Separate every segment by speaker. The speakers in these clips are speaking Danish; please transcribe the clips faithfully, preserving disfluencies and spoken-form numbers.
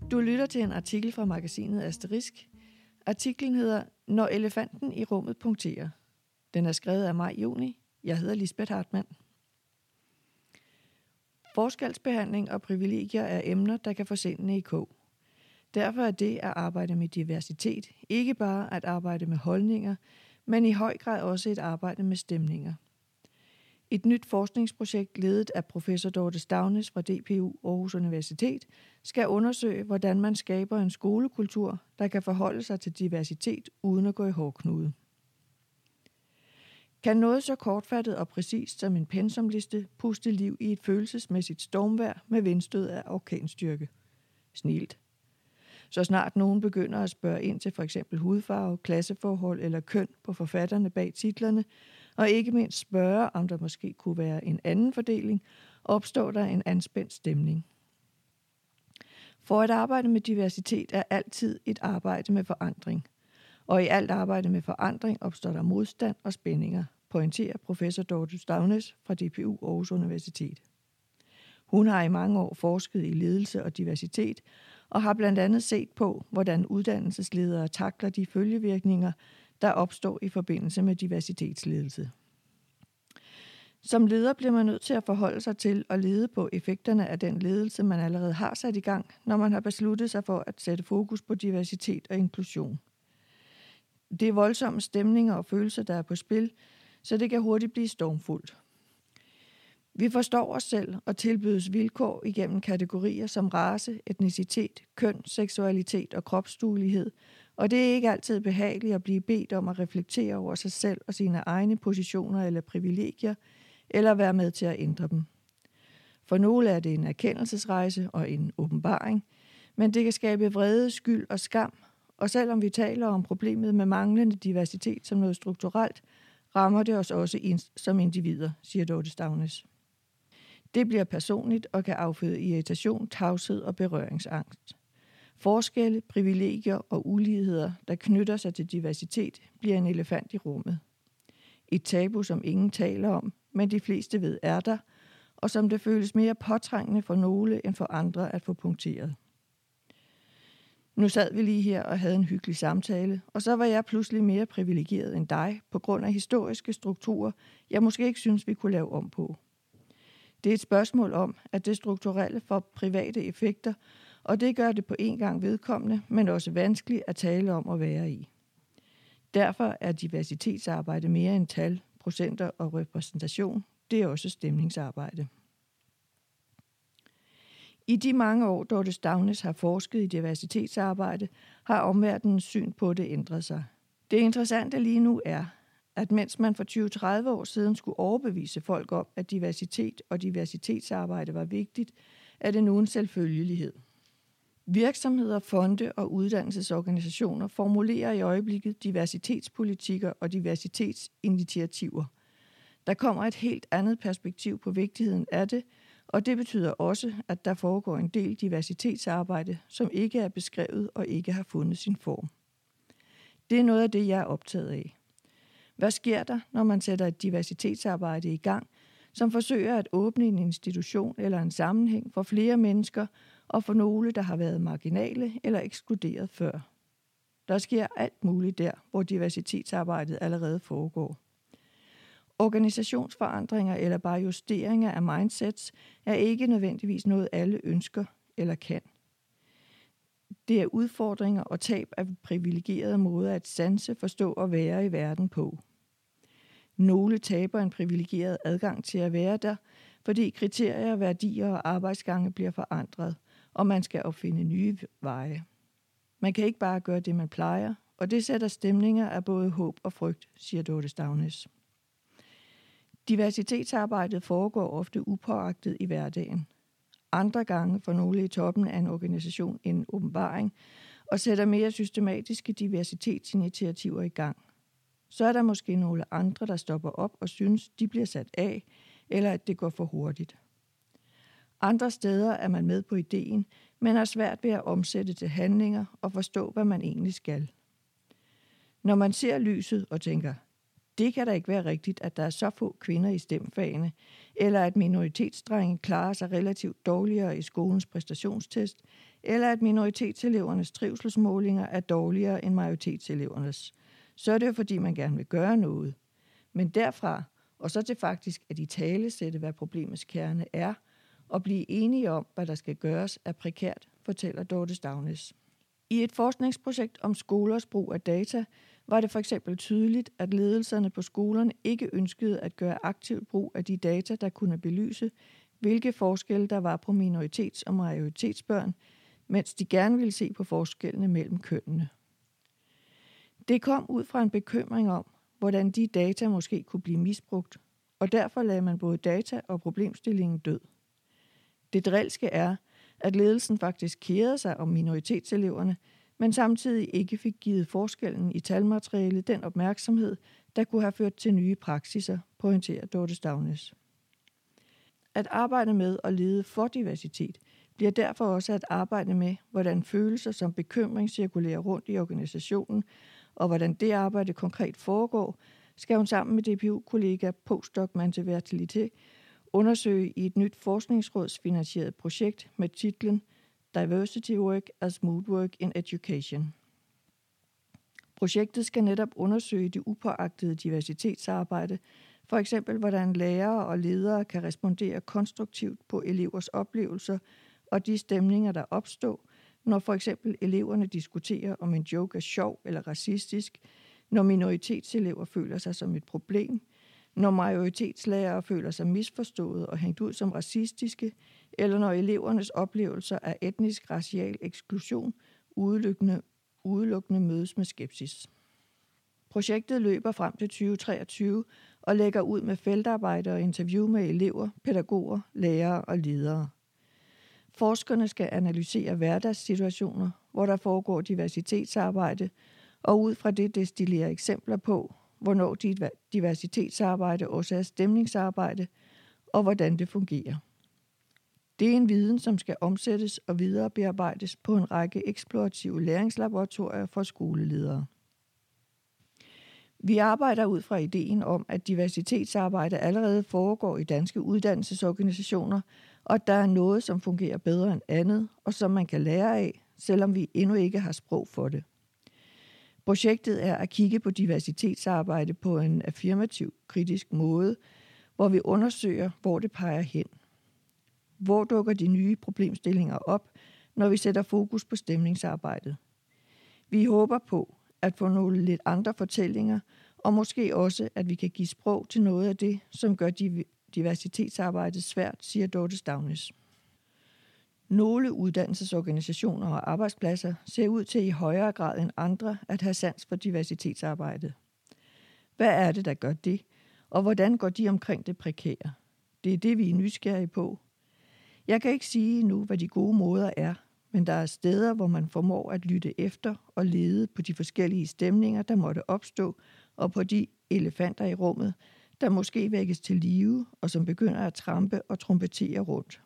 Speaker 1: Du lytter til en artikel fra magasinet Asterisk. Artiklen hedder Når elefanten i rummet punkterer. Den er skrevet af mig, Juni. Jeg hedder Lisbeth Hartmann. Forskelsbehandling og privilegier er emner, der kan få sindene i kog. Derfor er det at arbejde med diversitet ikke bare at arbejde med holdninger, men i høj grad også et arbejde med stemninger. Et nyt forskningsprojekt ledet af professor Dorte Staunes fra D P U Aarhus Universitet skal undersøge, hvordan man skaber en skolekultur, der kan forholde sig til diversitet uden at gå i hårdknude. Kan noget så kortfattet og præcist som en pensumliste puste liv i et følelsesmæssigt stormvejr med vindstød af orkanstyrke? Snilt. Så snart nogen begynder at spørge ind til for eksempel hudfarve, klasseforhold eller køn på forfatterne bag titlerne, og ikke mindst spørge, om der måske kunne være en anden fordeling, opstår der en anspændt stemning. For at arbejde med diversitet er altid et arbejde med forandring. Og i alt arbejde med forandring opstår der modstand og spændinger, pointerer professor Dorte Staunes fra D P U Aarhus Universitet. Hun har i mange år forsket i ledelse og diversitet, og har blandt andet set på, hvordan uddannelsesledere takler de følgevirkninger, der opstår i forbindelse med diversitetsledelse. Som leder bliver man nødt til at forholde sig til og lede på effekterne af den ledelse, man allerede har sat i gang, når man har besluttet sig for at sætte fokus på diversitet og inklusion. Det er voldsomme stemninger og følelser, der er på spil, så det kan hurtigt blive stormfuldt. Vi forstår os selv og tilbydes vilkår igennem kategorier som race, etnicitet, køn, seksualitet og kropsduelighed, og det er ikke altid behageligt at blive bedt om at reflektere over sig selv og sine egne positioner eller privilegier, eller være med til at ændre dem. For nogle er det en erkendelsesrejse og en åbenbaring, men det kan skabe vrede, skyld og skam, og selvom vi taler om problemet med manglende diversitet som noget strukturelt, rammer det os også som individer, siger Dorte Staunes. Det bliver personligt og kan afføde irritation, tavshed og berøringsangst. Forskelle, privilegier og uligheder, der knytter sig til diversitet, bliver en elefant i rummet. Et tabu, som ingen taler om, men de fleste ved er der, og som det føles mere påtrængende for nogle end for andre at få punkteret. Nu sad vi lige her og havde en hyggelig samtale, og så var jeg pludselig mere privilegeret end dig på grund af historiske strukturer, jeg måske ikke synes, vi kunne lave om på. Det er et spørgsmål om, at det strukturelle får private effekter, og det gør det på en gang vedkommende, men også vanskeligt at tale om at være i. Derfor er diversitetsarbejde mere end tal, procenter og repræsentation. Det er også stemningsarbejde. I de mange år, Dorte Staunes har forsket i diversitetsarbejde, har omverdenens syn på det ændret sig. Det interessante lige nu er, at mens man for tyve til tredive år siden skulle overbevise folk om, at diversitet og diversitetsarbejde var vigtigt, er det nu en selvfølgelighed. Virksomheder, fonde og uddannelsesorganisationer formulerer i øjeblikket diversitetspolitikker og diversitetsinitiativer. Der kommer et helt andet perspektiv på vigtigheden af det, og det betyder også, at der foregår en del diversitetsarbejde, som ikke er beskrevet og ikke har fundet sin form. Det er noget af det, jeg er optaget af. Hvad sker der, når man sætter et diversitetsarbejde i gang, som forsøger at åbne en institution eller en sammenhæng for flere mennesker og for nogle, der har været marginale eller ekskluderet før? Der sker alt muligt der, hvor diversitetsarbejdet allerede foregår. Organisationsforandringer eller bare justeringer af mindsets er ikke nødvendigvis noget, alle ønsker eller kan. Det er udfordringer og tab af privilegerede måder at sanse, forstå og være i verden på. Nogle taber en privilegeret adgang til at være der, fordi kriterier, værdier og arbejdsgange bliver forandret, og man skal opfinde nye veje. Man kan ikke bare gøre det, man plejer, og det sætter stemninger af både håb og frygt, siger Dorte Staunes. Diversitetsarbejdet foregår ofte upåagtet i hverdagen. Andre gange får nogle i toppen af en organisation en åbenbaring og sætter mere systematiske diversitetsinitiativer i gang. Så er der måske nogle andre, der stopper op og synes, de bliver sat af, eller at det går for hurtigt. Andre steder er man med på ideen, men har svært ved at omsætte til handlinger og forstå, hvad man egentlig skal. Når man ser lyset og tænker, Det kan da ikke være rigtigt, at der er så få kvinder i STEM-fagene, eller at minoritetsdrenge klarer sig relativt dårligere i skolens præstationstest, eller at minoritetselevernes trivselsmålinger er dårligere end majoritetselevernes. Så er det jo, fordi man gerne vil gøre noget. Men derfra, og så til faktisk at italesætte, hvad problemets kerne er, og blive enige om, hvad der skal gøres, er prekært, fortæller Dorte Staunes. I et forskningsprojekt om skolers brug af data, var det for eksempel tydeligt, at ledelserne på skolerne ikke ønskede at gøre aktivt brug af de data, der kunne belyse, hvilke forskelle der var på minoritets- og majoritetsbørn, mens de gerne ville se på forskellene mellem kønnene. Det kom ud fra en bekymring om, hvordan de data måske kunne blive misbrugt, og derfor lagde man både data og problemstillingen død. Det drilske er, at ledelsen faktisk kerede sig om minoritetseleverne, men samtidig ikke fik givet forskellen i talmaterialet den opmærksomhed, der kunne have ført til nye praksiser, pointerer Dorte Staunes. At arbejde med og lede for diversitet bliver derfor også at arbejde med, hvordan følelser som bekymring cirkulerer rundt i organisationen, og hvordan det arbejde konkret foregår, skal hun sammen med D P U-kollega Postdoc Mante Vertilité undersøge i et nyt forskningsrådsfinansieret projekt med titlen Diversity Work as Mood Work in Education. Projektet skal netop undersøge det upåagtede diversitetsarbejde, for eksempel hvordan lærere og ledere kan respondere konstruktivt på elevers oplevelser og de stemninger, der opstår, når for eksempel eleverne diskuterer, om en joke er sjov eller racistisk, når minoritetselever føler sig som et problem, når majoritetslærere føler sig misforstået og hængt ud som racistiske, eller når elevernes oplevelser af etnisk-racial eksklusion udelukkende, udelukkende mødes med skepsis. Projektet løber frem til tyve treogtyve og lægger ud med feltarbejde og interview med elever, pædagoger, lærere og ledere. Forskerne skal analysere hverdagssituationer, hvor der foregår diversitetsarbejde, og ud fra det destillere eksempler på, hvornår diversitetsarbejde også er stemningsarbejde, og hvordan det fungerer. Det er en viden, som skal omsættes og videre bearbejdes på en række eksplorative læringslaboratorier for skoleledere. Vi arbejder ud fra ideen om, at diversitetsarbejde allerede foregår i danske uddannelsesorganisationer, og at der er noget, som fungerer bedre end andet, og som man kan lære af, selvom vi endnu ikke har sprog for det. Projektet er at kigge på diversitetsarbejde på en affirmativ, kritisk måde, hvor vi undersøger, hvor det peger hen. Hvor dukker de nye problemstillinger op, når vi sætter fokus på stemningsarbejdet? Vi håber på at få nogle lidt andre fortællinger, og måske også, at vi kan give sprog til noget af det, som gør diversitetsarbejdet svært, siger Dorte Staunes. Nogle uddannelsesorganisationer og arbejdspladser ser ud til i højere grad end andre at have sans for diversitetsarbejdet. Hvad er det, der gør det, og hvordan går de omkring det prekære? Det er det, vi er nysgerrige på. Jeg kan ikke sige nu, hvad de gode måder er, men der er steder, hvor man formår at lytte efter og lede på de forskellige stemninger, der måtte opstå, og på de elefanter i rummet, der måske vækkes til live, og som begynder at trampe og trompetere rundt.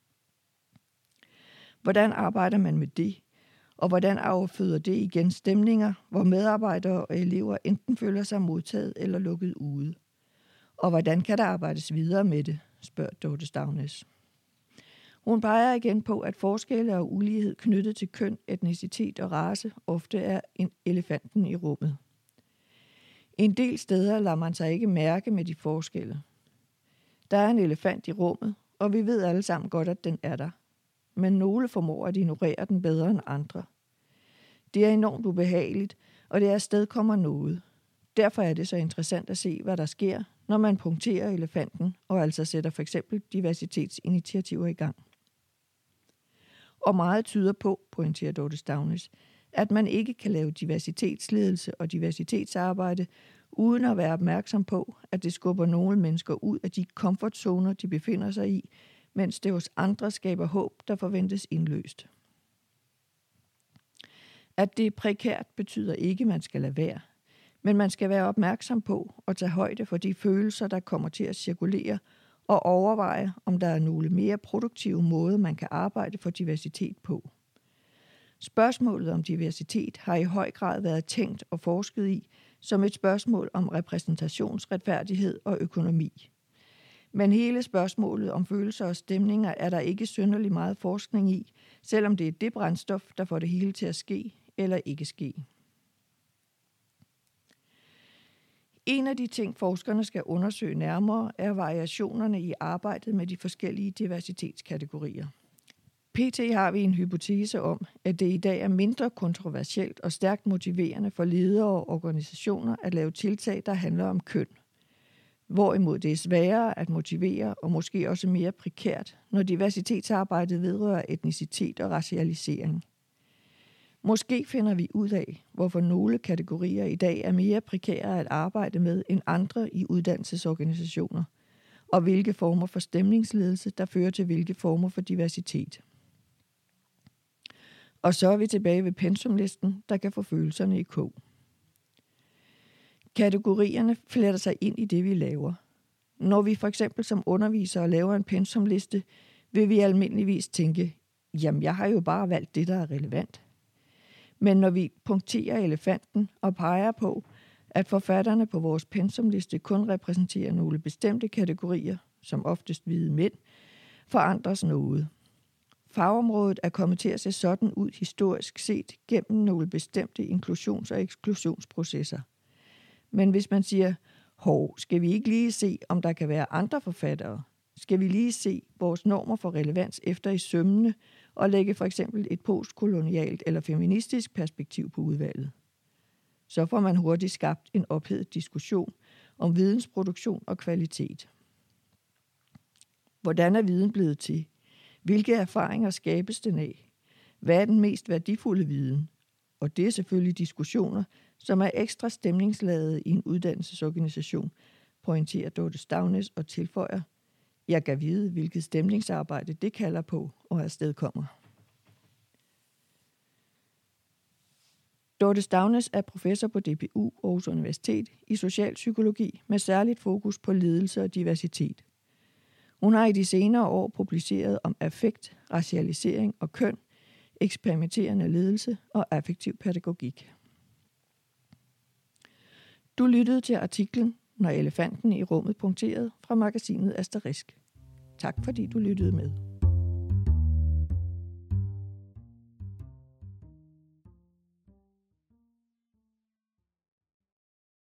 Speaker 1: Hvordan arbejder man med det? Og hvordan afføder det igen stemninger, hvor medarbejdere og elever enten føler sig modtaget eller lukket ude? Og hvordan kan der arbejdes videre med det, spørger Dorte Staunes. Hun peger igen på, at forskelle og ulighed knyttet til køn, etnicitet og race ofte er en elefanten i rummet. En del steder lader man sig ikke mærke med de forskelle. Der er en elefant i rummet, og vi ved alle sammen godt, at den er der. Men nogle formår at ignorere den bedre end andre. Det er enormt ubehageligt, og det er afstedkommer noget. Derfor er det så interessant at se, hvad der sker, når man punkterer elefanten, og altså sætter for eksempel diversitetsinitiativer i gang. Og meget tyder på, pointerer Dorte Staunes, at man ikke kan lave diversitetsledelse og diversitetsarbejde, uden at være opmærksom på, at det skubber nogle mennesker ud af de komfortzoner, de befinder sig i, mens det hos andre skaber håb, der forventes indløst. At det er prekært betyder ikke, at man skal lade være, men man skal være opmærksom på og tage højde for de følelser, der kommer til at cirkulere, og overveje, om der er nogle mere produktive måder, man kan arbejde for diversitet på. Spørgsmålet om diversitet har i høj grad været tænkt og forsket i, som et spørgsmål om repræsentationsretfærdighed og økonomi. Men hele spørgsmålet om følelser og stemninger er der ikke synderlig meget forskning i, selvom det er det brændstof, der får det hele til at ske eller ikke ske. En af de ting, forskerne skal undersøge nærmere, er variationerne i arbejdet med de forskellige diversitetskategorier. P T har vi en hypotese om, at det i dag er mindre kontroversielt og stærkt motiverende for ledere og organisationer at lave tiltag, der handler om køn. Hvorimod det er sværere at motivere og måske også mere prekært, når diversitetsarbejdet vedrører etnicitet og racialisering. Måske finder vi ud af, hvorfor nogle kategorier i dag er mere prekære at arbejde med end andre i uddannelsesorganisationer, og hvilke former for stemningsledelse, der fører til hvilke former for diversitet. Og så er vi tilbage ved pensumlisten, der kan få følelserne i kog. Kategorierne fletter sig ind i det, vi laver. Når vi for eksempel som undervisere laver en pensumliste, vil vi almindeligvis tænke, jamen jeg har jo bare valgt det, der er relevant. Men når vi punkterer elefanten og peger på, at forfatterne på vores pensumliste kun repræsenterer nogle bestemte kategorier, som oftest hvide mænd, forandres noget. Fagområdet er kommet til at se sådan ud historisk set gennem nogle bestemte inklusions- og eksklusionsprocesser. Men hvis man siger, hov, skal vi ikke lige se, om der kan være andre forfattere? Skal vi lige se vores normer for relevans efter i sømmene og lægge for eksempel et postkolonialt eller feministisk perspektiv på udvalget? Så får man hurtigt skabt en ophedet diskussion om vidensproduktion og kvalitet. Hvordan er viden blevet til? Hvilke erfaringer skabes den af? Hvad er den mest værdifulde viden? Og det er selvfølgelig diskussioner, som er ekstra stemningsladede i en uddannelsesorganisation, pointerer Dorte Staunes og tilføjer, jeg kan vide, hvilket stemningsarbejde det kalder på og afstedkommer. Dorte Staunes er professor på D P U Aarhus Universitet i socialpsykologi med særligt fokus på ledelse og diversitet. Hun har i de senere år publiceret om affekt, racialisering og køn, eksperimenterende ledelse og affektiv pædagogik. Du lyttede til artiklen Når elefanten i rummet punkterede fra magasinet Asterisk. Tak fordi du lyttede med.